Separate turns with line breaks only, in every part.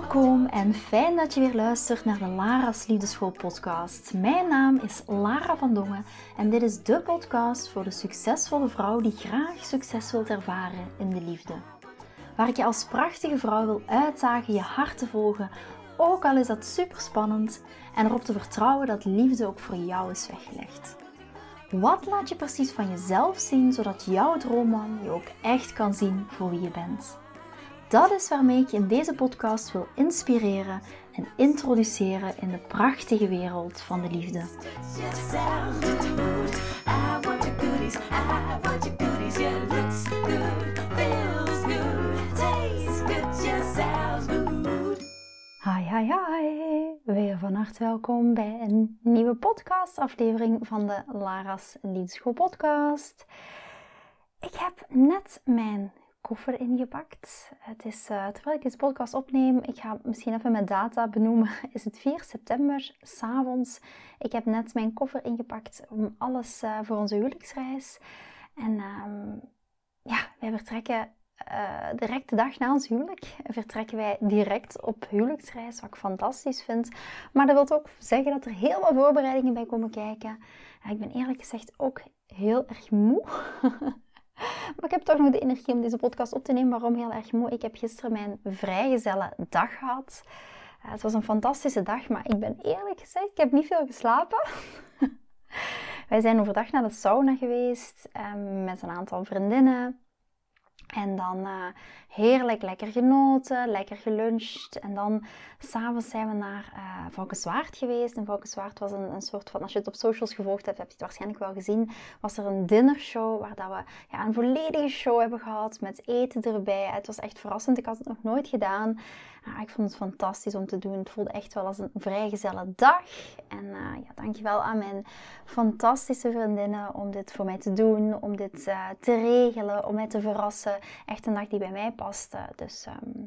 Welkom en fijn dat je weer luistert naar de Lara's Liefdeschool podcast. Mijn naam is Lara van Dongen en dit is de podcast voor de succesvolle vrouw die graag succes wilt ervaren in de liefde. Waar ik je als prachtige vrouw wil uitdagen je hart te volgen, ook al is dat super spannend, en erop te vertrouwen dat liefde ook voor jou is weggelegd. Wat laat je precies van jezelf zien, zodat jouw droomman je ook echt kan zien voor wie je bent? Dat is waarmee ik je in deze podcast wil inspireren en introduceren in de prachtige wereld van de liefde. Hi. Weer van harte welkom bij een nieuwe podcastaflevering van de Lara's Liefdeschool podcast. Ik heb net mijn koffer ingepakt. Het is, terwijl ik deze podcast opneem, ik ga misschien even mijn data benoemen, is het 4 september, 's avonds. Ik heb net mijn koffer ingepakt om alles voor onze huwelijksreis. En wij vertrekken direct de dag na ons huwelijk. Vertrekken wij direct op huwelijksreis, wat ik fantastisch vind. Maar dat wil ook zeggen dat er heel wat voorbereidingen bij komen kijken. Ik ben eerlijk gezegd ook heel erg moe. Maar ik heb toch nog de energie om deze podcast op te nemen. Waarom heel erg moe? Ik heb gisteren mijn vrijgezelle dag gehad. Het was een fantastische dag, maar ik ben eerlijk gezegd, ik heb niet veel geslapen. Wij zijn overdag naar de sauna geweest met een aantal vriendinnen. En dan heerlijk lekker genoten, lekker geluncht. En dan s'avonds zijn we naar Valkenswaard geweest. En Valkenswaard was een soort van, als je het op socials gevolgd hebt, heb je het waarschijnlijk wel gezien. Was er een dinnershow waar dat we een volledige show hebben gehad met eten erbij. Het was echt verrassend, ik had het nog nooit gedaan. Ik vond het fantastisch om te doen. Het voelde echt wel als een vrijgezelle dag. En dankjewel aan mijn fantastische vriendinnen om dit voor mij te doen. Om dit te regelen, om mij te verrassen. Echt een dag die bij mij paste. Dus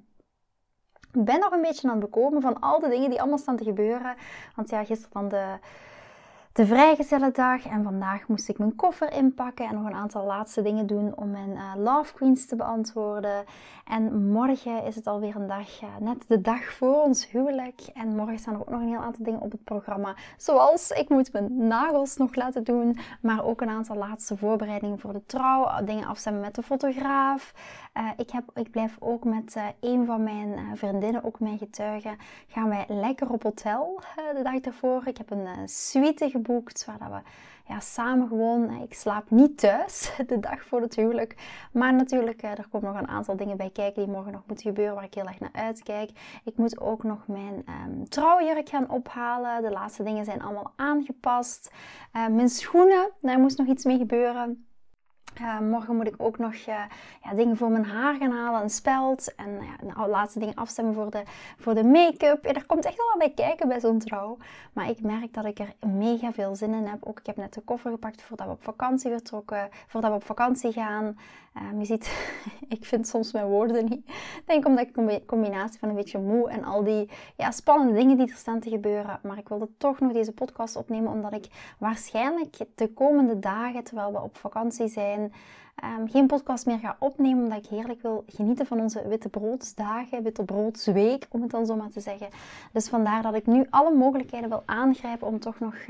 ik ben nog een beetje aan het bekomen van al de dingen die allemaal staan te gebeuren. Want gisteren dan de vrijgezellendag en vandaag moest ik mijn koffer inpakken en nog een aantal laatste dingen doen om mijn Love Queens te beantwoorden. En morgen is het alweer een dag, net de dag voor ons huwelijk. En morgen staan er ook nog een heel aantal dingen op het programma. Zoals, ik moet mijn nagels nog laten doen, maar ook een aantal laatste voorbereidingen voor de trouw. Dingen afstemmen met de fotograaf. Ik blijf ook met een van mijn vriendinnen, ook mijn getuigen, gaan wij lekker op hotel de dag ervoor. Ik heb een suite geboekt, waar we samen gewoon, ik slaap niet thuis de dag voor het huwelijk. Maar natuurlijk, er komen nog een aantal dingen bij kijken die morgen nog moeten gebeuren, waar ik heel erg naar uitkijk. Ik moet ook nog mijn trouwjurk gaan ophalen. De laatste dingen zijn allemaal aangepast. Mijn schoenen, daar moest nog iets mee gebeuren. Morgen moet ik ook nog dingen voor mijn haar gaan halen, een speld en de laatste dingen afstemmen voor de make-up. Er komt echt wel wat bij kijken bij zo'n trouw. Maar ik merk dat ik er mega veel zin in heb. Ook ik heb net de koffer gepakt voordat we op vakantie vertrokken, voordat we op vakantie gaan. Je ziet, ik vind soms mijn woorden niet. Ik denk omdat ik een combinatie van een beetje moe en al die spannende dingen die er staan te gebeuren. Maar ik wilde toch nog deze podcast opnemen, omdat ik waarschijnlijk de komende dagen, terwijl we op vakantie zijn, geen podcast meer ga opnemen, omdat ik heerlijk wil genieten van onze wittebroodsdagen, wittebroodsweek, om het dan zo maar te zeggen. Dus vandaar dat ik nu alle mogelijkheden wil aangrijpen om toch nog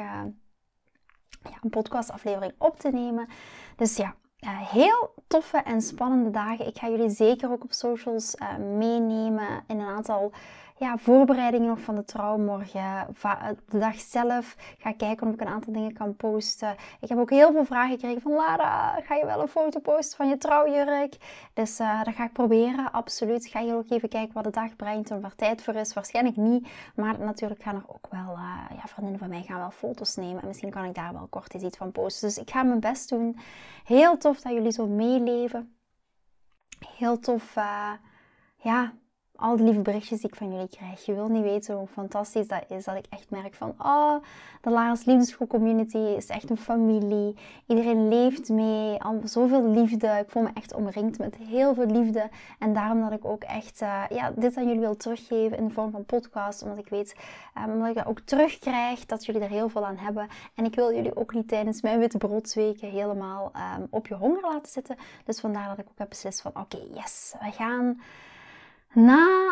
een podcastaflevering op te nemen. Dus heel toffe en spannende dagen. Ik ga jullie zeker ook op socials meenemen in een aantal voorbereidingen nog van de trouw morgen. De dag zelf ga ik kijken of ik een aantal dingen kan posten. Ik heb ook heel veel vragen gekregen van Lara, ga je wel een foto posten van je trouwjurk? Dus dat ga ik proberen, absoluut. Ga je ook even kijken wat de dag brengt en waar tijd voor is. Waarschijnlijk niet, maar natuurlijk gaan er ook wel, vriendinnen van mij gaan wel foto's nemen. En misschien kan ik daar wel kort iets van posten. Dus ik ga mijn best doen. Heel tof dat jullie zo meeleven. Heel tof, al die lieve berichtjes die ik van jullie krijg. Je wil niet weten hoe fantastisch dat is. Dat ik echt merk van, de Lara's Liefdeschool community is echt een familie. Iedereen leeft mee. Zoveel liefde. Ik voel me echt omringd met heel veel liefde. En daarom dat ik ook echt dit aan jullie wil teruggeven in de vorm van podcast. Omdat ik weet, omdat ik dat ook terugkrijg, dat jullie er heel veel aan hebben. En ik wil jullie ook niet tijdens mijn wittebroodsweken helemaal op je honger laten zitten. Dus vandaar dat ik ook heb beslist van, oké, yes, we gaan na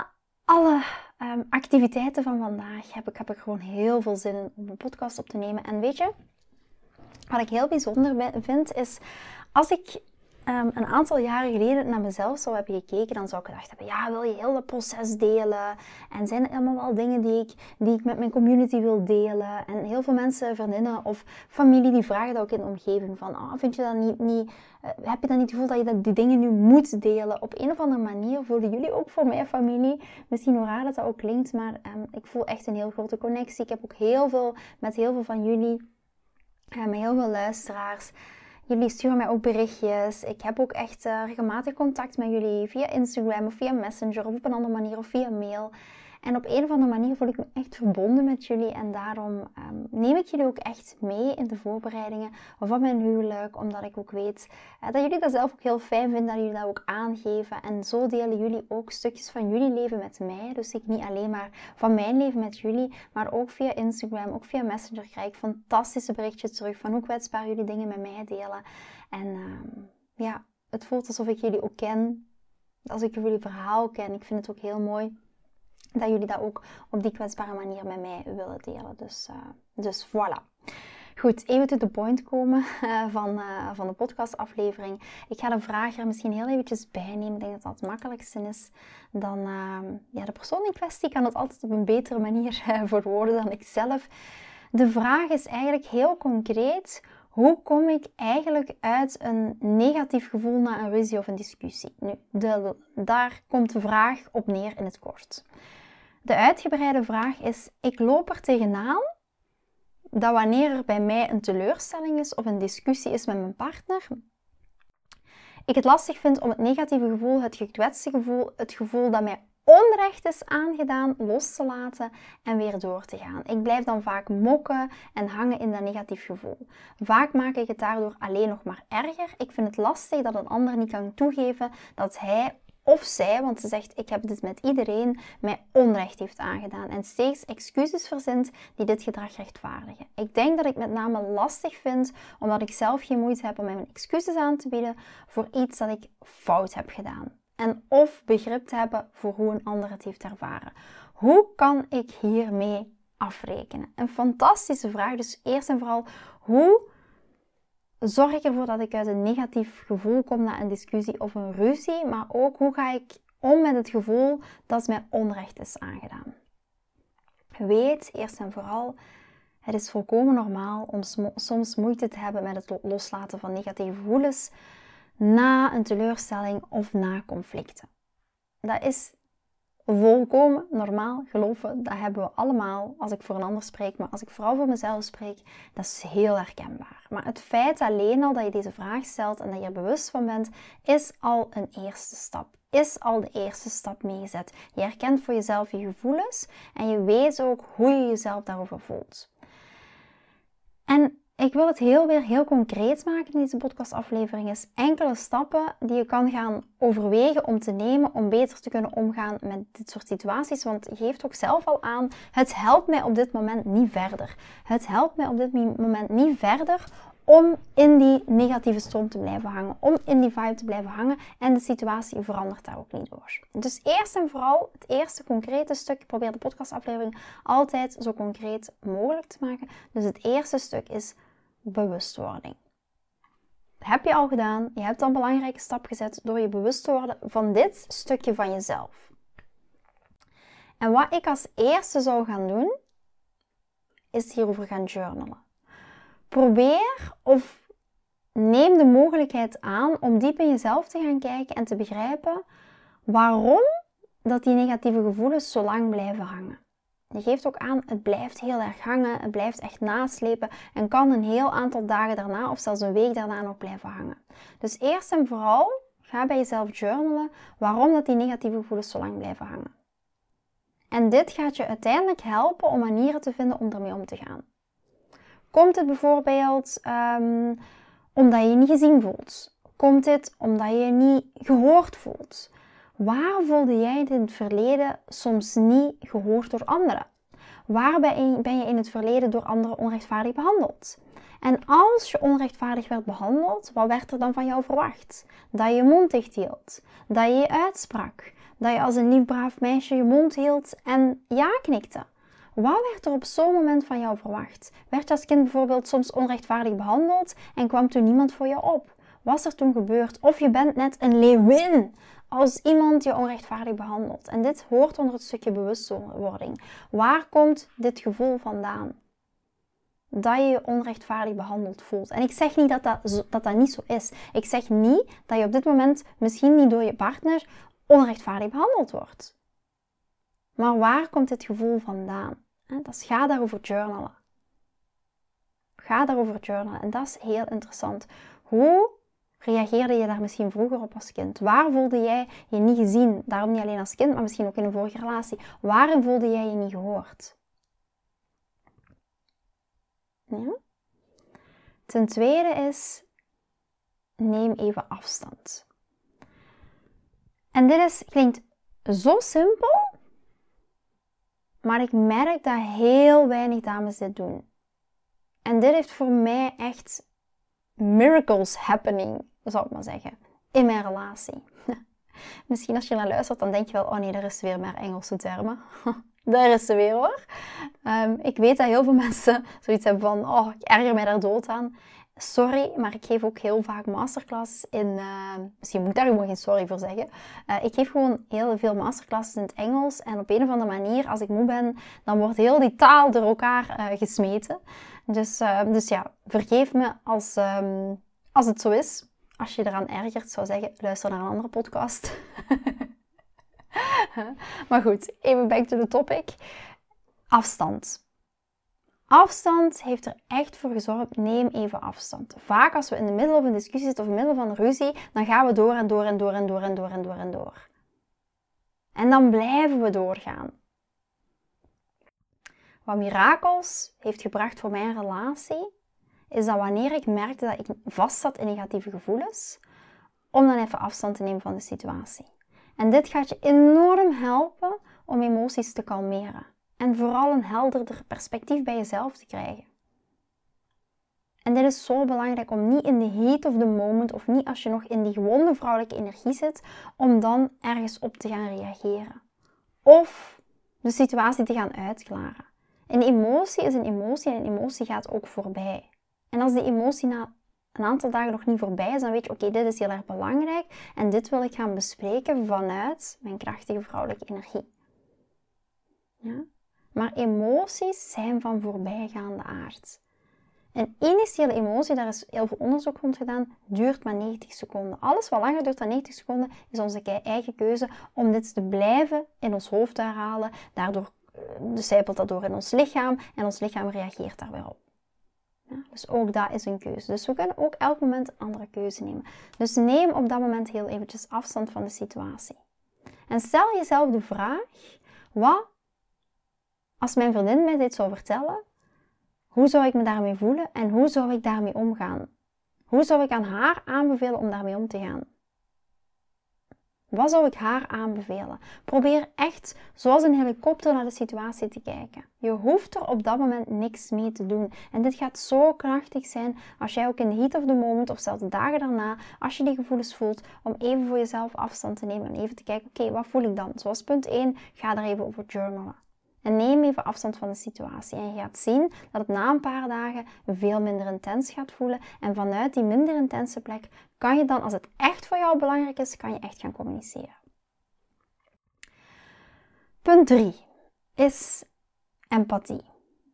alle activiteiten van vandaag heb ik gewoon heel veel zin in om een podcast op te nemen. En weet je, wat ik heel bijzonder vind is, als ik een aantal jaren geleden naar mezelf zou hebben gekeken, dan zou ik gedacht hebben, ja, wil je heel het proces delen? En zijn er allemaal wel dingen die ik met mijn community wil delen? En heel veel mensen, vriendinnen of familie, die vragen dat ook in de omgeving van, vind je dat niet heb je dan niet het gevoel dat je die dingen nu moet delen? Op een of andere manier voelden jullie ook voor mijn familie, misschien hoe raar dat ook klinkt, maar ik voel echt een heel grote connectie. Ik heb ook met heel veel van jullie, met heel veel luisteraars. Jullie sturen mij ook berichtjes. Ik heb ook echt regelmatig contact met jullie via Instagram of via Messenger of op een andere manier of via mail. En op een of andere manier voel ik me echt verbonden met jullie. En daarom neem ik jullie ook echt mee in de voorbereidingen van mijn huwelijk. Omdat ik ook weet dat jullie dat zelf ook heel fijn vinden. Dat jullie dat ook aangeven. En zo delen jullie ook stukjes van jullie leven met mij. Dus ik niet alleen maar van mijn leven met jullie. Maar ook via Instagram, ook via Messenger krijg ik fantastische berichtjes terug. Van hoe kwetsbaar jullie dingen met mij delen. En het voelt alsof ik jullie ook ken. Als ik jullie verhaal ken. Ik vind het ook heel mooi dat jullie dat ook op die kwetsbare manier met mij willen delen. Dus voilà. Goed, even to the point komen van de podcastaflevering. Ik ga de vraag er misschien heel eventjes bij nemen. Ik denk dat dat het makkelijkste is. Dan de persoon in kwestie kan het altijd op een betere manier verwoorden dan ik zelf. De vraag is eigenlijk heel concreet. Hoe kom ik eigenlijk uit een negatief gevoel na een ruzie of een discussie? Nu, daar komt de vraag op neer in het kort. De uitgebreide vraag is, ik loop er tegenaan dat wanneer er bij mij een teleurstelling is of een discussie is met mijn partner, ik het lastig vind om het negatieve gevoel, het gekwetste gevoel, het gevoel dat mij onrecht is aangedaan, los te laten en weer door te gaan. Ik blijf dan vaak mokken en hangen in dat negatief gevoel. Vaak maak ik het daardoor alleen nog maar erger. Ik vind het lastig dat een ander niet kan toegeven dat hij of zij, want ze zegt ik heb dit met iedereen, mij onrecht heeft aangedaan en steeds excuses verzint die dit gedrag rechtvaardigen. Ik denk dat ik met name lastig vind omdat ik zelf geen moeite heb om mijn excuses aan te bieden voor iets dat ik fout heb gedaan. En of begrip te hebben voor hoe een ander het heeft ervaren. Hoe kan ik hiermee afrekenen? Een fantastische vraag. Dus eerst en vooral, hoe zorg ik ervoor dat ik uit een negatief gevoel kom na een discussie of een ruzie? Maar ook, hoe ga ik om met het gevoel dat mij onrecht is aangedaan? Weet eerst en vooral, het is volkomen normaal om soms moeite te hebben met het loslaten van negatieve gevoelens na een teleurstelling of na conflicten. Dat is volkomen normaal, geloven, dat hebben we allemaal als ik voor een ander spreek, maar als ik vooral voor mezelf spreek, dat is heel herkenbaar. Maar het feit alleen al dat je deze vraag stelt en dat je er bewust van bent, is al een eerste stap. Is al de eerste stap meegezet. Je herkent voor jezelf je gevoelens en je weet ook hoe je jezelf daarover voelt. En ik wil het weer heel concreet maken in deze podcastaflevering. Is enkele stappen die je kan gaan overwegen om te nemen om beter te kunnen omgaan met dit soort situaties. Want je geeft ook zelf al aan, het helpt mij op dit moment niet verder. Het helpt mij op dit moment niet verder om in die negatieve stroom te blijven hangen. Om in die vibe te blijven hangen. En de situatie verandert daar ook niet door. Dus eerst en vooral het eerste concrete stuk. Ik probeer de podcastaflevering altijd zo concreet mogelijk te maken. Dus het eerste stuk is bewustwording. Dat heb je al gedaan. Je hebt al een belangrijke stap gezet door je bewust te worden van dit stukje van jezelf. En wat ik als eerste zou gaan doen, is hierover gaan journalen. Probeer of neem de mogelijkheid aan om diep in jezelf te gaan kijken en te begrijpen waarom dat die negatieve gevoelens zo lang blijven hangen. Je geeft ook aan, het blijft heel erg hangen, het blijft echt naslepen en kan een heel aantal dagen daarna of zelfs een week daarna nog blijven hangen. Dus eerst en vooral, ga bij jezelf journalen waarom dat die negatieve gevoelens zo lang blijven hangen. En dit gaat je uiteindelijk helpen om manieren te vinden om ermee om te gaan. Komt het bijvoorbeeld omdat je je niet gezien voelt? Komt dit omdat je je niet gehoord voelt? Waar voelde jij het in het verleden soms niet gehoord door anderen? Waar ben je in het verleden door anderen onrechtvaardig behandeld? En als je onrechtvaardig werd behandeld, wat werd er dan van jou verwacht? Dat je je mond dicht hield, dat je je uitsprak, Dat je als een lief braaf meisje je mond hield en ja knikte. Wat werd er op zo'n moment van jou verwacht? Werd je als kind bijvoorbeeld soms onrechtvaardig behandeld en kwam toen niemand voor je op? Was er toen gebeurd? Of je bent net een leeuwin als iemand je onrechtvaardig behandelt. En dit hoort onder het stukje bewustwording. Waar komt dit gevoel vandaan? Dat je je onrechtvaardig behandeld voelt. En ik zeg niet dat niet zo is. Ik zeg niet dat je op dit moment misschien niet door je partner onrechtvaardig behandeld wordt. Maar waar komt dit gevoel vandaan? Dus ga daarover journalen. Ga daarover journalen. En dat is heel interessant. Hoe reageerde je daar misschien vroeger op als kind? Waar voelde jij je niet gezien? Daarom niet alleen als kind, maar misschien ook in een vorige relatie. Waarin voelde jij je niet gehoord? Ja? Ten tweede is, neem even afstand. En dit klinkt zo simpel, maar ik merk dat heel weinig dames dit doen. En dit heeft voor mij echt miracles happening, zou ik maar zeggen, in mijn relatie. Misschien als je naar luistert, dan denk je wel, oh nee, daar is weer maar Engelse termen. Daar is ze weer hoor. Ik weet dat heel veel mensen zoiets hebben van, oh, ik erger mij daar dood aan. Sorry, maar ik geef ook heel vaak masterclasses in... misschien moet ik daar gewoon geen sorry voor zeggen. Ik geef gewoon heel veel masterclasses in het Engels. En op een of andere manier, als ik moe ben, dan wordt heel die taal door elkaar gesmeten. Dus ja, vergeef me als het zo is. Als je eraan ergert, zou zeggen, luister naar een andere podcast. Maar goed, even back to the topic. Afstand. Afstand heeft er echt voor gezorgd, neem even afstand. Vaak als we in de middel van een discussie zitten of in het midden van een ruzie, dan gaan we door en door en door en door en door en door en door. En dan blijven we doorgaan. Wat Mirakels heeft gebracht voor mijn relatie, is dat wanneer ik merkte dat ik vast zat in negatieve gevoelens, om dan even afstand te nemen van de situatie. En dit gaat je enorm helpen om emoties te kalmeren. En vooral een helderder perspectief bij jezelf te krijgen. En dit is zo belangrijk om niet in de heat of the moment, of niet als je nog in die gewonde vrouwelijke energie zit, om dan ergens op te gaan reageren. Of de situatie te gaan uitklaren. Een emotie is een emotie en een emotie gaat ook voorbij. En als die emotie na een aantal dagen nog niet voorbij is, dan weet je, oké, dit is heel erg belangrijk en dit wil ik gaan bespreken vanuit mijn krachtige vrouwelijke energie. Ja? Maar emoties zijn van voorbijgaande aard. Een initiële emotie, daar is heel veel onderzoek rond gedaan, duurt maar 90 seconden. Alles wat langer duurt dan 90 seconden is onze eigen keuze om dit te blijven in ons hoofd te herhalen. Daardoor zijpelt dat door in ons lichaam en ons lichaam reageert daar weer op. Ja, dus ook dat is een keuze. Dus we kunnen ook elk moment een andere keuze nemen. Dus neem op dat moment heel eventjes afstand van de situatie. En stel jezelf de vraag, wat als mijn vriendin mij dit zou vertellen, hoe zou ik me daarmee voelen en hoe zou ik daarmee omgaan? Hoe zou ik aan haar aanbevelen om daarmee om te gaan? Wat zou ik haar aanbevelen? Probeer echt zoals een helikopter naar de situatie te kijken. Je hoeft er op dat moment niks mee te doen. En dit gaat zo krachtig zijn als jij ook in de heat of the moment of zelfs de dagen daarna, als je die gevoelens voelt, om even voor jezelf afstand te nemen en even te kijken, oké, wat voel ik dan? Zoals punt 1, ga er even over journalen. En neem even afstand van de situatie. En je gaat zien dat het na een paar dagen veel minder intens gaat voelen. En vanuit die minder intense plek kan je dan, als het echt voor jou belangrijk is, kan je echt gaan communiceren. Punt 3 is empathie.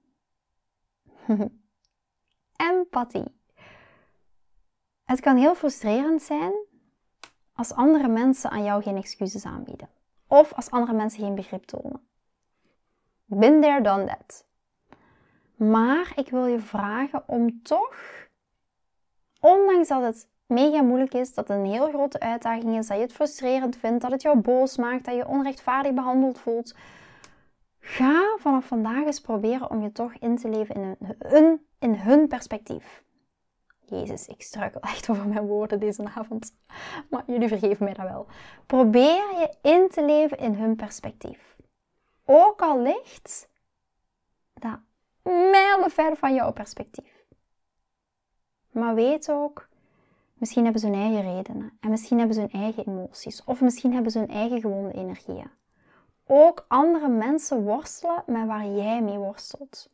Empathie. Het kan heel frustrerend zijn als andere mensen aan jou geen excuses aanbieden. Of als andere mensen geen begrip tonen. Been there, done that. Maar ik wil je vragen om toch, ondanks dat het mega moeilijk is, dat het een heel grote uitdaging is, dat je het frustrerend vindt, dat het jou boos maakt, dat je je onrechtvaardig behandeld voelt, ga vanaf vandaag eens proberen om je toch in te leven in hun perspectief. Jezus, ik struikel echt over mijn woorden deze avond. Maar jullie vergeven mij dat wel. Probeer je in te leven in hun perspectief. Ook al ligt dat mijlenver van jouw perspectief. Maar weet ook Misschien hebben ze hun eigen redenen. En misschien hebben ze hun eigen emoties. Of misschien hebben ze hun eigen gewonde energieën. Ook andere mensen worstelen met waar jij mee worstelt.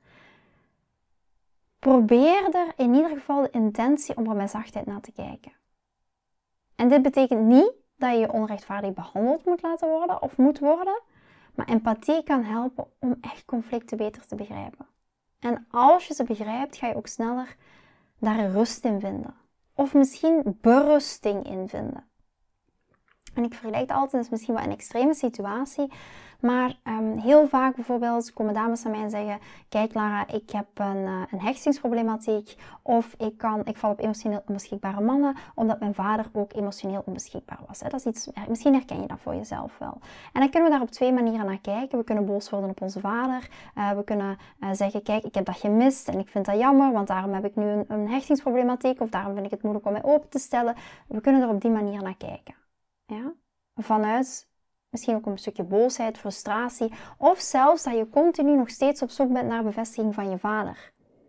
Probeer er in ieder geval de intentie om er met zachtheid naar te kijken. En dit betekent niet dat je je onrechtvaardig behandeld moet laten worden of moet worden. Maar empathie kan helpen om echt conflicten beter te begrijpen. En als je ze begrijpt, ga je ook sneller daar rust in vinden. Of misschien berusting in vinden. En ik vergelijk het altijd, dat is misschien wel een extreme situatie. Maar heel vaak bijvoorbeeld komen dames naar mij en zeggen: kijk Lara, ik heb een hechtingsproblematiek. Of ik val op emotioneel onbeschikbare mannen, omdat mijn vader ook emotioneel onbeschikbaar was. Dat is iets, misschien herken je dat voor jezelf wel. En dan kunnen we daar op 2 manieren naar kijken. We kunnen boos worden op onze vader. We kunnen zeggen: kijk, ik heb dat gemist en ik vind dat jammer, want daarom heb ik nu een hechtingsproblematiek. Of daarom vind ik het moeilijk om mij open te stellen. We kunnen er op die manier naar kijken. Ja? Vanuit misschien ook een stukje boosheid, frustratie. Of zelfs dat je continu nog steeds op zoek bent naar bevestiging van je vader.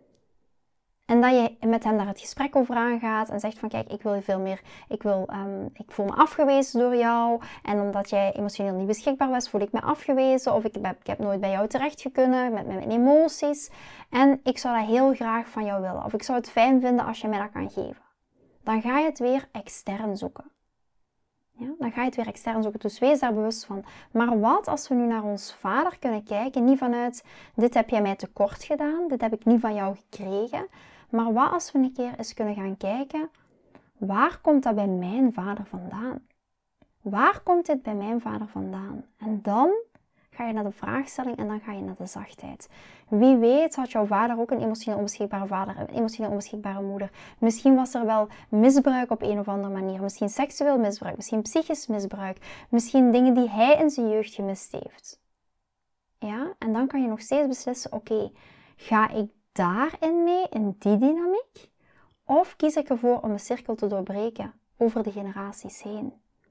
En dat je met hem daar het gesprek over aangaat en zegt van: kijk, ik wil veel meer, ik voel me afgewezen door jou. En omdat jij emotioneel niet beschikbaar was, voel ik me afgewezen. Of ik heb nooit bij jou terecht gekund met mijn emoties. En ik zou dat heel graag van jou willen. Of ik zou het fijn vinden als je mij dat kan geven. Dan ga je het weer extern zoeken. Ja, dan ga je het weer extern zoeken, dus wees daar bewust van. Maar wat als we nu naar ons vader kunnen kijken, niet vanuit: dit heb jij mij tekort gedaan, dit heb ik niet van jou gekregen. Maar wat als we een keer eens kunnen gaan kijken: waar komt dat bij mijn vader vandaan? Waar komt dit bij mijn vader vandaan? En dan ga je naar de vraagstelling en dan ga je naar de zachtheid. Wie weet had jouw vader ook een emotioneel onbeschikbare vader, een emotioneel onbeschikbare moeder. Misschien was er wel misbruik op een of andere manier. Misschien seksueel misbruik, misschien psychisch misbruik. Misschien dingen die hij in zijn jeugd gemist heeft. Ja? En dan kan je nog steeds beslissen: oké, ga ik daarin mee, in die dynamiek? Of kies ik ervoor om de cirkel te doorbreken over de generaties heen?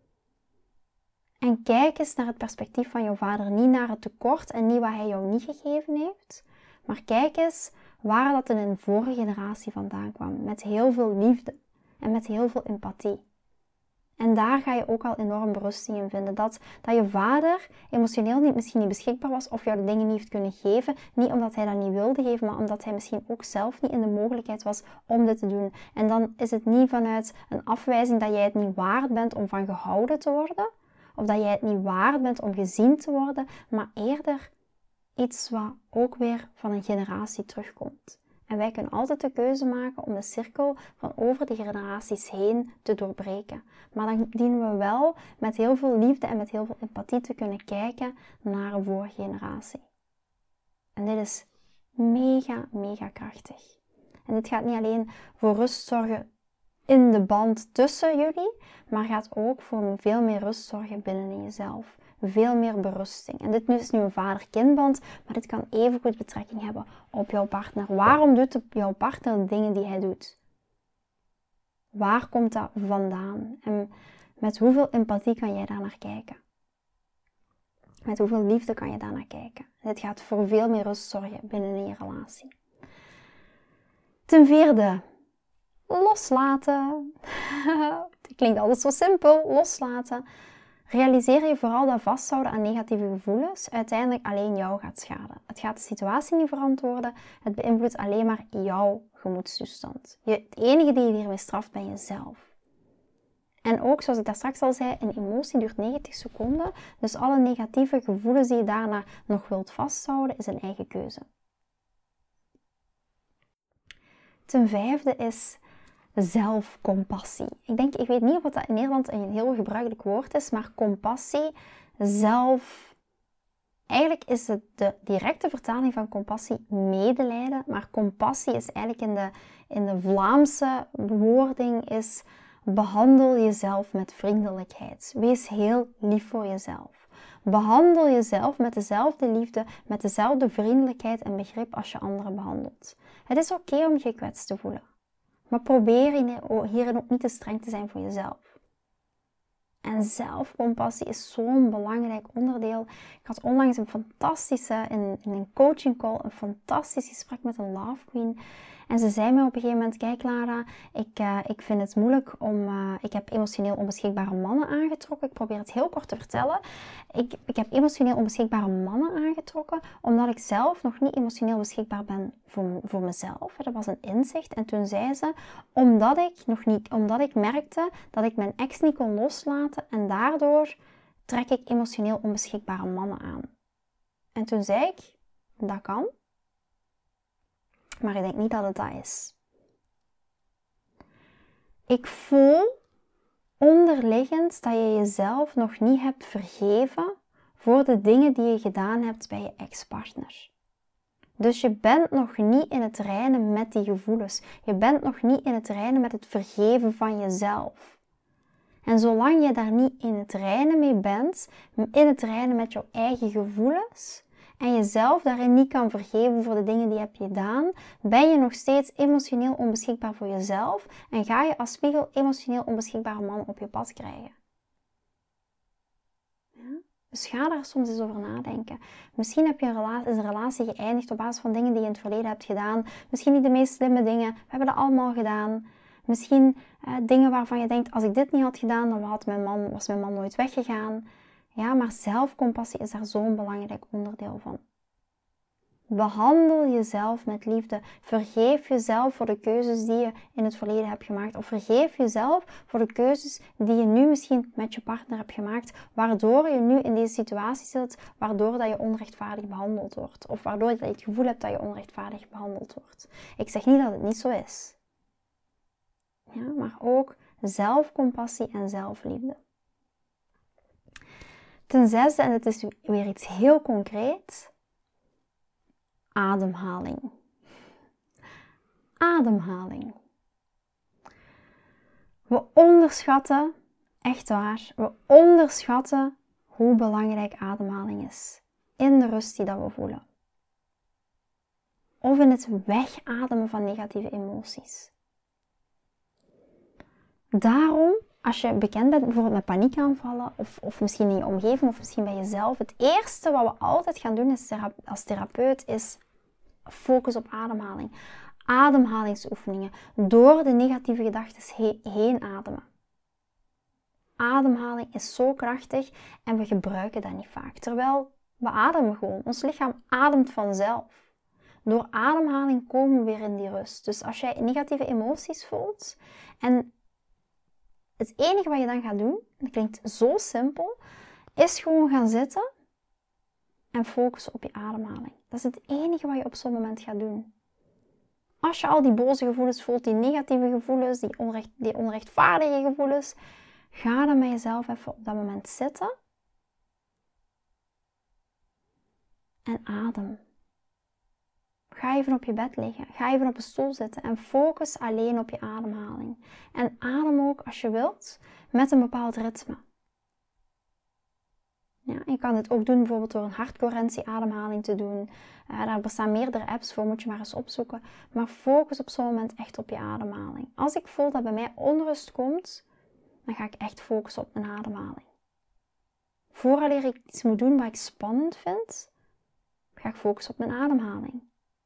En kijk eens naar het perspectief van jouw vader. Niet naar het tekort en niet wat hij jou niet gegeven heeft. Maar kijk eens waar dat in een vorige generatie vandaan kwam. Met heel veel liefde en met heel veel empathie. En daar ga je ook al enorm berusting in vinden. Dat je vader emotioneel misschien niet beschikbaar was of jou de dingen niet heeft kunnen geven. Niet omdat hij dat niet wilde geven, maar omdat hij misschien ook zelf niet in de mogelijkheid was om dit te doen. En dan is het niet vanuit een afwijzing dat jij het niet waard bent om van gehouden te worden. Of dat jij het niet waard bent om gezien te worden, maar eerder iets wat ook weer van een generatie terugkomt. En wij kunnen altijd de keuze maken om de cirkel van over de generaties heen te doorbreken. Maar dan dienen we wel met heel veel liefde en met heel veel empathie te kunnen kijken naar een vorige generatie. En dit is mega, mega krachtig. En dit gaat niet alleen voor rust zorgen in de band tussen jullie, maar gaat ook voor veel meer rust zorgen binnenin jezelf. Veel meer berusting. En dit is nu een vader-kindband, maar dit kan evengoed betrekking hebben op jouw partner. Waarom doet jouw partner de dingen die hij doet? Waar komt dat vandaan? En met hoeveel empathie kan jij daar naar kijken? Met hoeveel liefde kan je daar naar kijken? Dit gaat voor veel meer rust zorgen binnenin je relatie. Ten vierde, loslaten. Het klinkt altijd zo simpel, loslaten. Realiseer je vooral dat vasthouden aan negatieve gevoelens uiteindelijk alleen jou gaat schaden. Het gaat de situatie niet verantwoorden, het beïnvloedt alleen maar jouw gemoedstoestand. Het enige die je hiermee straft ben jezelf. En ook, zoals ik daar straks al zei, een emotie duurt 90 seconden. Dus alle negatieve gevoelens die je daarna nog wilt vasthouden, is een eigen keuze. Ten vijfde is zelfcompassie. Ik weet niet of dat in Nederland een heel gebruikelijk woord is, maar compassie, eigenlijk is het de directe vertaling van compassie medelijden, maar compassie is eigenlijk in de Vlaamse bewoording is: behandel jezelf met vriendelijkheid. Wees heel lief voor jezelf. Behandel jezelf met dezelfde liefde, met dezelfde vriendelijkheid en begrip als je anderen behandelt. Het is oké om je gekwetst te voelen. Maar probeer hierin ook niet te streng te zijn voor jezelf. En zelfcompassie is zo'n belangrijk onderdeel. Ik had onlangs in een coaching call, een fantastisch gesprek met een Love Queen. En ze zei me op een gegeven moment, kijk Lara, ik vind het moeilijk ik heb emotioneel onbeschikbare mannen aangetrokken. Ik probeer het heel kort te vertellen. Ik heb emotioneel onbeschikbare mannen aangetrokken, omdat ik zelf nog niet emotioneel beschikbaar ben voor mezelf. Dat was een inzicht. En toen zei ze, omdat ik merkte dat ik mijn ex niet kon loslaten en daardoor trek ik emotioneel onbeschikbare mannen aan. En toen zei ik, dat kan. Maar ik denk niet dat het dat is. Ik voel onderliggend dat je jezelf nog niet hebt vergeven voor de dingen die je gedaan hebt bij je ex-partner. Dus je bent nog niet in het reinen met die gevoelens. Je bent nog niet in het reinen met het vergeven van jezelf. En zolang je daar niet in het reinen mee bent, in het reinen met jouw eigen gevoelens, en jezelf daarin niet kan vergeven voor de dingen die je hebt gedaan, ben je nog steeds emotioneel onbeschikbaar voor jezelf en ga je als spiegel emotioneel onbeschikbare mannen op je pad krijgen. Ja? Dus ga daar soms eens over nadenken. Misschien heb je een relatie geëindigd op basis van dingen die je in het verleden hebt gedaan. Misschien niet de meest slimme dingen. We hebben dat allemaal gedaan. Misschien dingen waarvan je denkt, als ik dit niet had gedaan, dan was mijn man nooit weggegaan. Ja, maar zelfcompassie is daar zo'n belangrijk onderdeel van. Behandel jezelf met liefde. Vergeef jezelf voor de keuzes die je in het verleden hebt gemaakt. Of vergeef jezelf voor de keuzes die je nu misschien met je partner hebt gemaakt. Waardoor je nu in deze situatie zit. Waardoor dat je onrechtvaardig behandeld wordt. Of waardoor je het gevoel hebt dat je onrechtvaardig behandeld wordt. Ik zeg niet dat het niet zo is. Ja, maar ook zelfcompassie en zelfliefde. Ten zesde, en het is weer iets heel concreets, ademhaling. Ademhaling. We onderschatten, echt waar, we onderschatten hoe belangrijk ademhaling is. In de rust die dat we voelen. Of in het wegademen van negatieve emoties. Daarom, als je bekend bent bijvoorbeeld met paniekaanvallen, of misschien in je omgeving, of misschien bij jezelf, het eerste wat we altijd gaan doen als therapeut is focus op ademhaling. Ademhalingsoefeningen. Door de negatieve gedachten heen ademen. Ademhaling is zo krachtig en we gebruiken dat niet vaak. Terwijl we ademen gewoon. Ons lichaam ademt vanzelf. Door ademhaling komen we weer in die rust. Dus als jij negatieve emoties voelt en het enige wat je dan gaat doen, dat klinkt zo simpel, is gewoon gaan zitten en focussen op je ademhaling. Dat is het enige wat je op zo'n moment gaat doen. Als je al die boze gevoelens voelt, die negatieve gevoelens, die onrechtvaardige gevoelens, ga dan met jezelf even op dat moment zitten en adem. Ga even op je bed liggen. Ga even op een stoel zitten en focus alleen op je ademhaling. En adem ook als je wilt met een bepaald ritme. Ja, je kan dit ook doen bijvoorbeeld door een hartcoherentie ademhaling te doen. Daar bestaan meerdere apps voor, moet je maar eens opzoeken. Maar focus op zo'n moment echt op je ademhaling. Als ik voel dat bij mij onrust komt, dan ga ik echt focussen op mijn ademhaling. Vooraleer ik iets moet doen wat ik spannend vind, ga ik focussen op mijn ademhaling.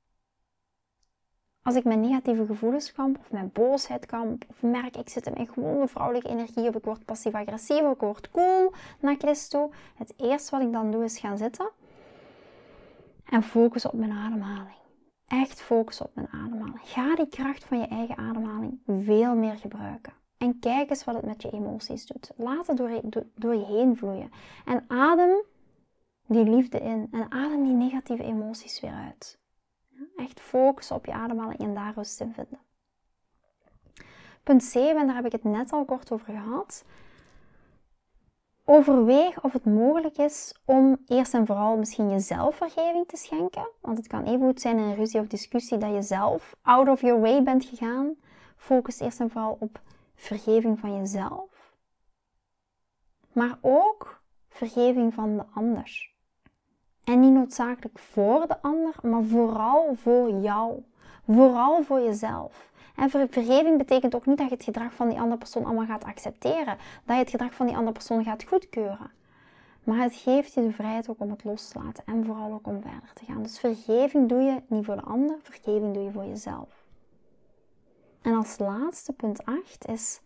Als ik met negatieve gevoelens kamp, of met boosheid kamp, of merk ik zit in mijn gewone vrouwelijke energie, of ik word passief-agressief, of ik word cool naar Christus toe. Het eerste wat ik dan doe is gaan zitten en focussen op mijn ademhaling. Echt focussen op mijn ademhaling. Ga die kracht van je eigen ademhaling veel meer gebruiken. En kijk eens wat het met je emoties doet. Laat het door je heen vloeien. En adem die liefde in en adem die negatieve emoties weer uit. Echt focussen op je ademhaling en daar rust in vinden. Punt 7, en daar heb ik het net al kort over gehad. Overweeg of het mogelijk is om eerst en vooral misschien jezelf vergeving te schenken. Want het kan even goed zijn in een ruzie of discussie dat je zelf out of your way bent gegaan. Focus eerst en vooral op vergeving van jezelf. Maar ook vergeving van de ander. En niet noodzakelijk voor de ander, maar vooral voor jou. Vooral voor jezelf. En vergeving betekent ook niet dat je het gedrag van die andere persoon allemaal gaat accepteren. Dat je het gedrag van die andere persoon gaat goedkeuren. Maar het geeft je de vrijheid ook om het los te laten. En vooral ook om verder te gaan. Dus vergeving doe je niet voor de ander, vergeving doe je voor jezelf. En als laatste, punt 8, is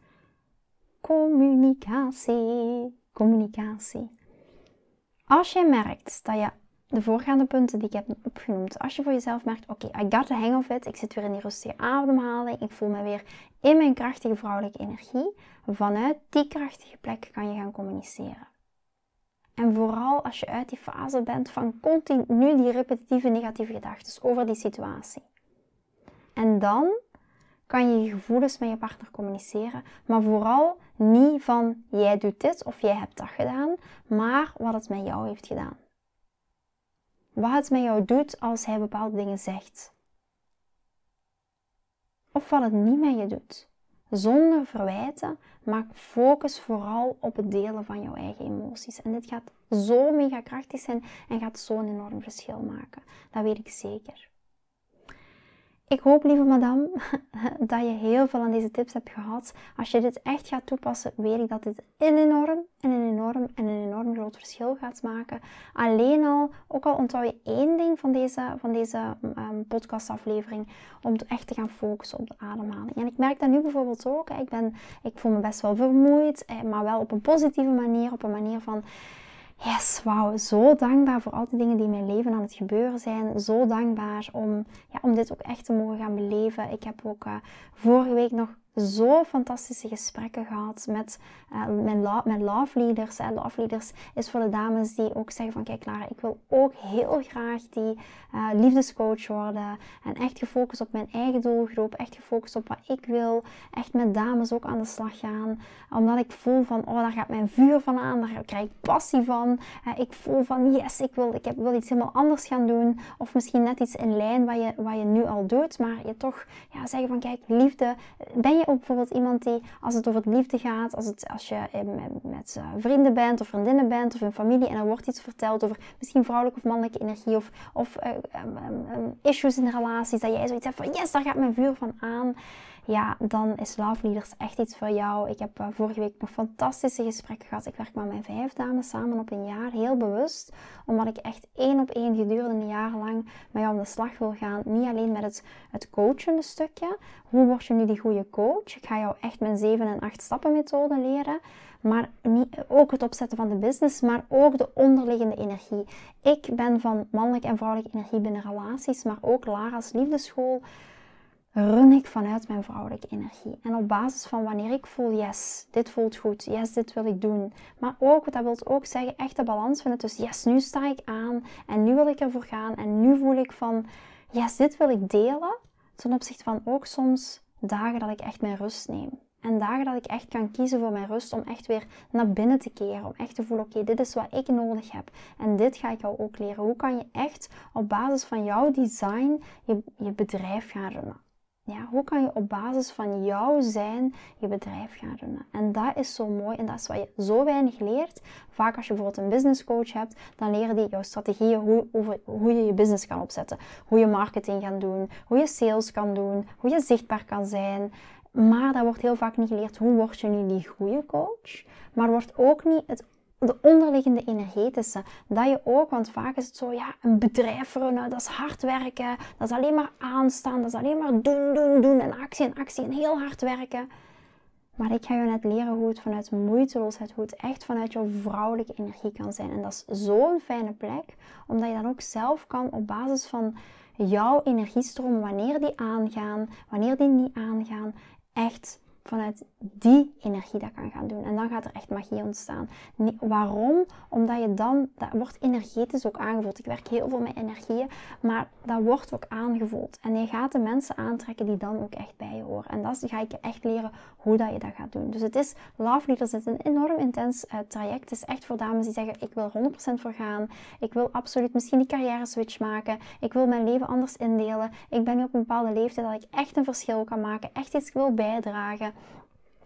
communicatie. Communicatie. Als jij merkt dat je de voorgaande punten die ik heb opgenoemd, als je voor jezelf merkt, oké, I got the hang of it, ik zit weer in die rustige ademhaling, ik voel me weer in mijn krachtige vrouwelijke energie, vanuit die krachtige plek kan je gaan communiceren. En vooral als je uit die fase bent van continu die repetitieve negatieve gedachten over die situatie. En dan kan je je gevoelens met je partner communiceren, maar vooral niet van jij doet dit of jij hebt dat gedaan, maar wat het met jou heeft gedaan. Wat het met jou doet als hij bepaalde dingen zegt. Of wat het niet met je doet. Zonder verwijten, maar focus vooral op het delen van jouw eigen emoties. En dit gaat zo mega krachtig zijn en gaat zo'n enorm verschil maken. Dat weet ik zeker. Ik hoop, lieve madame, dat je heel veel aan deze tips hebt gehad. Als je dit echt gaat toepassen, weet ik dat dit een enorm groot verschil gaat maken. Alleen al, ook al onthoud je één ding van deze podcastaflevering, om echt te gaan focussen op de ademhaling. En ik merk dat nu bijvoorbeeld ook. Ik voel me best wel vermoeid, maar wel op een positieve manier. Op een manier van, yes, wauw, zo dankbaar voor al die dingen die in mijn leven aan het gebeuren zijn. Zo dankbaar om dit ook echt te mogen gaan beleven. Ik heb ook vorige week nog zo fantastische gesprekken gehad met love leaders. Love leaders is voor de dames die ook zeggen van, kijk Lara, ik wil ook heel graag die liefdescoach worden. En echt gefocust op mijn eigen doelgroep. Echt gefocust op wat ik wil. Echt met dames ook aan de slag gaan. Omdat ik voel van, oh, daar gaat mijn vuur van aan. Daar krijg ik passie van. Ik voel van, yes, ik wil iets helemaal anders gaan doen. Of misschien net iets in lijn wat je nu al doet. Maar je toch zeggen van, kijk, liefde. Ben je ook bijvoorbeeld iemand die, als het over het liefde gaat, als je met vrienden bent of vriendinnen bent of in familie en er wordt iets verteld over misschien vrouwelijke of mannelijke energie of issues in relaties, dat jij zoiets hebt van, yes, daar gaat mijn vuur van aan. Ja, dan is Love Leaders echt iets voor jou. Ik heb vorige week nog fantastische gesprekken gehad. Ik werk met mijn 5 dames samen op een jaar, heel bewust. Omdat ik echt 1-op-1 gedurende een jaar lang met jou aan de slag wil gaan. Niet alleen met het coachende stukje. Hoe word je nu die goede coach? Ik ga jou echt mijn 7 en 8 stappen methode leren. Maar ook het opzetten van de business, maar ook de onderliggende energie. Ik ben van mannelijke en vrouwelijke energie binnen relaties, maar ook Lara's liefdeschool run ik vanuit mijn vrouwelijke energie. En op basis van wanneer ik voel, yes, dit voelt goed, yes, dit wil ik doen. Maar ook, dat wil ook zeggen, echt de balans vinden tussen, yes, nu sta ik aan en nu wil ik ervoor gaan. En nu voel ik van, yes, dit wil ik delen. Ten opzichte van ook soms dagen dat ik echt mijn rust neem. En dagen dat ik echt kan kiezen voor mijn rust om echt weer naar binnen te keren. Om echt te voelen, oké, dit is wat ik nodig heb. En dit ga ik jou ook leren. Hoe kan je echt op basis van jouw design je bedrijf gaan runnen? Ja, hoe kan je op basis van jouw zijn je bedrijf gaan runnen? En dat is zo mooi en dat is wat je zo weinig leert. Vaak als je bijvoorbeeld een business coach hebt, dan leren die jouw strategieën hoe je je business kan opzetten. Hoe je marketing kan doen, hoe je sales kan doen, hoe je zichtbaar kan zijn. Maar daar wordt heel vaak niet geleerd, hoe word je nu die goede coach? Maar wordt ook niet de onderliggende energetische. Dat je ook, want vaak is het zo, ja, een bedrijf runnen, dat is hard werken. Dat is alleen maar aanstaan, dat is alleen maar doen en actie en heel hard werken. Maar ik ga je net leren hoe het vanuit moeiteloosheid, hoe het echt vanuit jouw vrouwelijke energie kan zijn. En dat is zo'n fijne plek, omdat je dan ook zelf kan op basis van jouw energiestroom, wanneer die aangaan, wanneer die niet aangaan, echt vanuit die energie dat kan gaan doen. En dan gaat er echt magie ontstaan. Waarom? Omdat je dan, dat wordt energetisch ook aangevoeld. Ik werk heel veel met energieën, maar dat wordt ook aangevoeld. En je gaat de mensen aantrekken die dan ook echt bij je horen. En dat ga ik je echt leren hoe dat je dat gaat doen. Dus het is, Love Leaders is een enorm intens traject. Het is echt voor dames die zeggen, ik wil 100% voor gaan. Ik wil absoluut misschien die carrière switch maken. Ik wil mijn leven anders indelen. Ik ben nu op een bepaalde leeftijd dat ik echt een verschil kan maken. Echt iets wil bijdragen.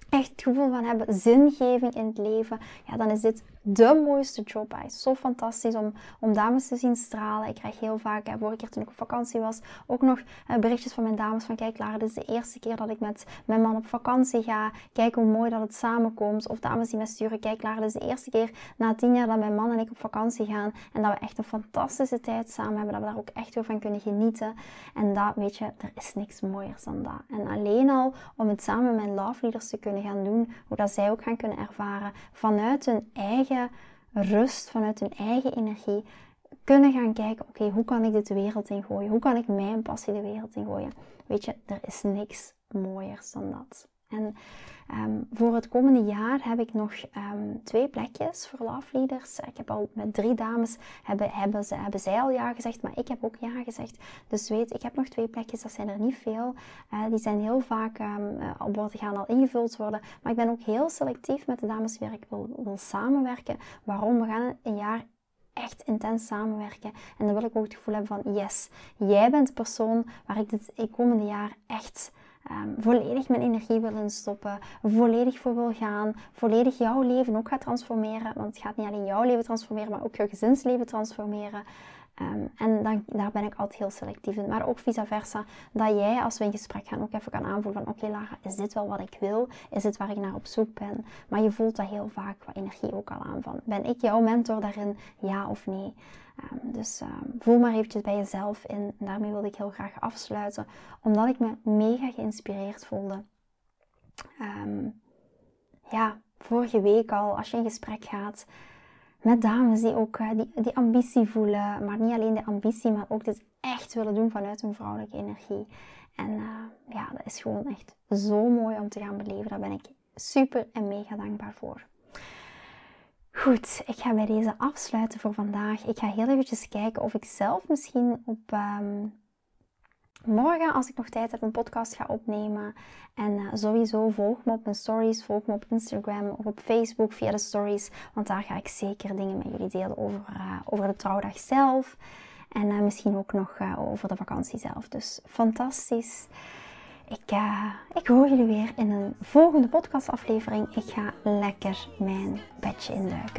echt het gevoel van hebben, zingeving in het leven, ja, dan is dit de mooiste job. Het is zo fantastisch om dames te zien stralen. Ik krijg heel vaak, vorige keer toen ik op vakantie was, ook nog berichtjes van mijn dames van, kijk Lara, dit is de eerste keer dat ik met mijn man op vakantie ga. Kijk hoe mooi dat het samenkomt. Of dames die mij sturen, kijk Lara, dit is de eerste keer na 10 jaar dat mijn man en ik op vakantie gaan. En dat we echt een fantastische tijd samen hebben. Dat we daar ook echt weer van kunnen genieten. En dat, weet je, er is niks mooiers dan dat. En alleen al om het samen met mijn love leaders te kunnen gaan doen, hoe dat zij ook gaan kunnen ervaren vanuit hun eigen rust, vanuit hun eigen energie, kunnen gaan kijken, oké, hoe kan ik dit de wereld ingooien? Hoe kan ik mijn passie de wereld ingooien? Weet je, er is niks mooiers dan dat. En voor het komende jaar heb ik nog 2 plekjes voor love leaders. Ik heb al met 3 dames, hebben zij al ja gezegd, maar ik heb ook ja gezegd. Dus weet, ik heb nog 2 plekjes, dat zijn er niet veel. Die zijn heel vaak, gaan al ingevuld worden. Maar ik ben ook heel selectief met de dames die ik wil samenwerken. Waarom? We gaan een jaar echt intens samenwerken. En dan wil ik ook het gevoel hebben van, yes, jij bent de persoon waar ik dit komende jaar echt volledig mijn energie wil instoppen, volledig voor wil gaan, volledig jouw leven ook gaat transformeren, want het gaat niet alleen jouw leven transformeren, maar ook jouw gezinsleven transformeren. En daar ben ik altijd heel selectief in, maar ook vice versa, dat jij als we in gesprek gaan ook even kan aanvoelen van, oké Lara, is dit wel wat ik wil? Is dit waar ik naar op zoek ben? Maar je voelt dat heel vaak qua energie ook al aan van, ben ik jouw mentor daarin, ja of nee? Dus voel maar eventjes bij jezelf in. En daarmee wilde ik heel graag afsluiten. Omdat ik me mega geïnspireerd voelde. Vorige week al, als je in gesprek gaat met dames die ook die ambitie voelen. Maar niet alleen de ambitie, maar ook dit echt willen doen vanuit hun vrouwelijke energie. En dat is gewoon echt zo mooi om te gaan beleven. Daar ben ik super en mega dankbaar voor. Goed, ik ga bij deze afsluiten voor vandaag. Ik ga heel eventjes kijken of ik zelf misschien op morgen, als ik nog tijd heb, een podcast ga opnemen. En sowieso volg me op mijn stories, volg me op Instagram of op Facebook via de stories. Want daar ga ik zeker dingen met jullie delen over de trouwdag zelf. En misschien ook nog over de vakantie zelf. Dus fantastisch. Ik hoor jullie weer in een volgende podcastaflevering. Ik ga lekker mijn bedje induiken.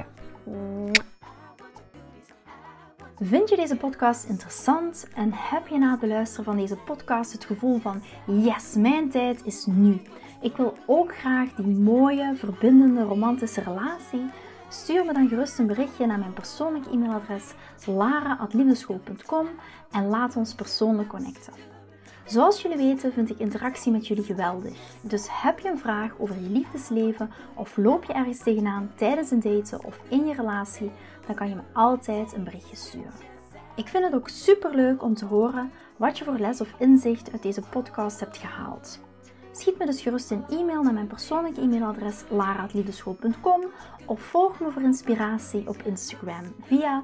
Vind je deze podcast interessant en heb je na het beluisteren van deze podcast het gevoel van yes, mijn tijd is nu. Ik wil ook graag die mooie, verbindende, romantische relatie. Stuur me dan gerust een berichtje naar mijn persoonlijke e-mailadres lara@liefdeschool.com en laat ons persoonlijk connecten. Zoals jullie weten vind ik interactie met jullie geweldig. Dus heb je een vraag over je liefdesleven of loop je ergens tegenaan tijdens een daten of in je relatie, dan kan je me altijd een berichtje sturen. Ik vind het ook super leuk om te horen wat je voor les of inzicht uit deze podcast hebt gehaald. Schiet me dus gerust een e-mail naar mijn persoonlijke e-mailadres lara@liefdeschool.com of volg me voor inspiratie op Instagram via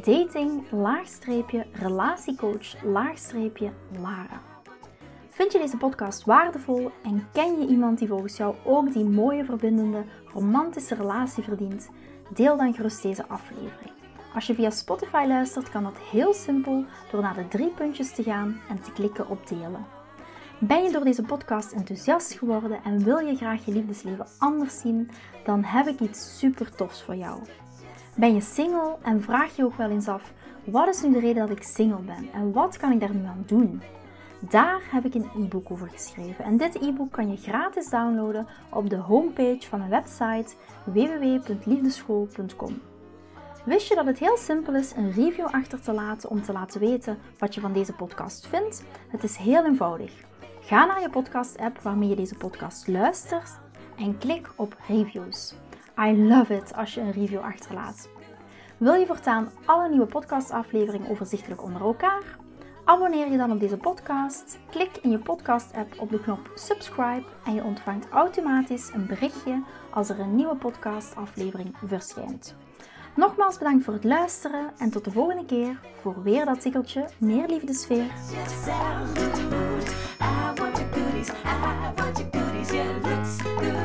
dating-relatiecoach-lara. Vind je deze podcast waardevol en ken je iemand die volgens jou ook die mooie, verbindende, romantische relatie verdient? Deel dan gerust deze aflevering. Als je via Spotify luistert, kan dat heel simpel door naar de 3 puntjes te gaan en te klikken op delen. Ben je door deze podcast enthousiast geworden en wil je graag je liefdesleven anders zien, dan heb ik iets super tofs voor jou. Ben je single en vraag je ook wel eens af, wat is nu de reden dat ik single ben en wat kan ik daar nu aan doen? Daar heb ik een e-book over geschreven en dit e-book kan je gratis downloaden op de homepage van mijn website www.liefdeschool.com. Wist je dat het heel simpel is een review achter te laten om te laten weten wat je van deze podcast vindt? Het is heel eenvoudig. Ga naar je podcast-app waarmee je deze podcast luistert en klik op reviews. I love it als je een review achterlaat. Wil je voortaan alle nieuwe podcastafleveringen overzichtelijk onder elkaar? Abonneer je dan op deze podcast, klik in je podcast-app op de knop subscribe en je ontvangt automatisch een berichtje als er een nieuwe podcastaflevering verschijnt. Nogmaals bedankt voor het luisteren en tot de volgende keer voor weer dat tikkeltje meer liefdesfeer. I want your goodies, yeah, looks good.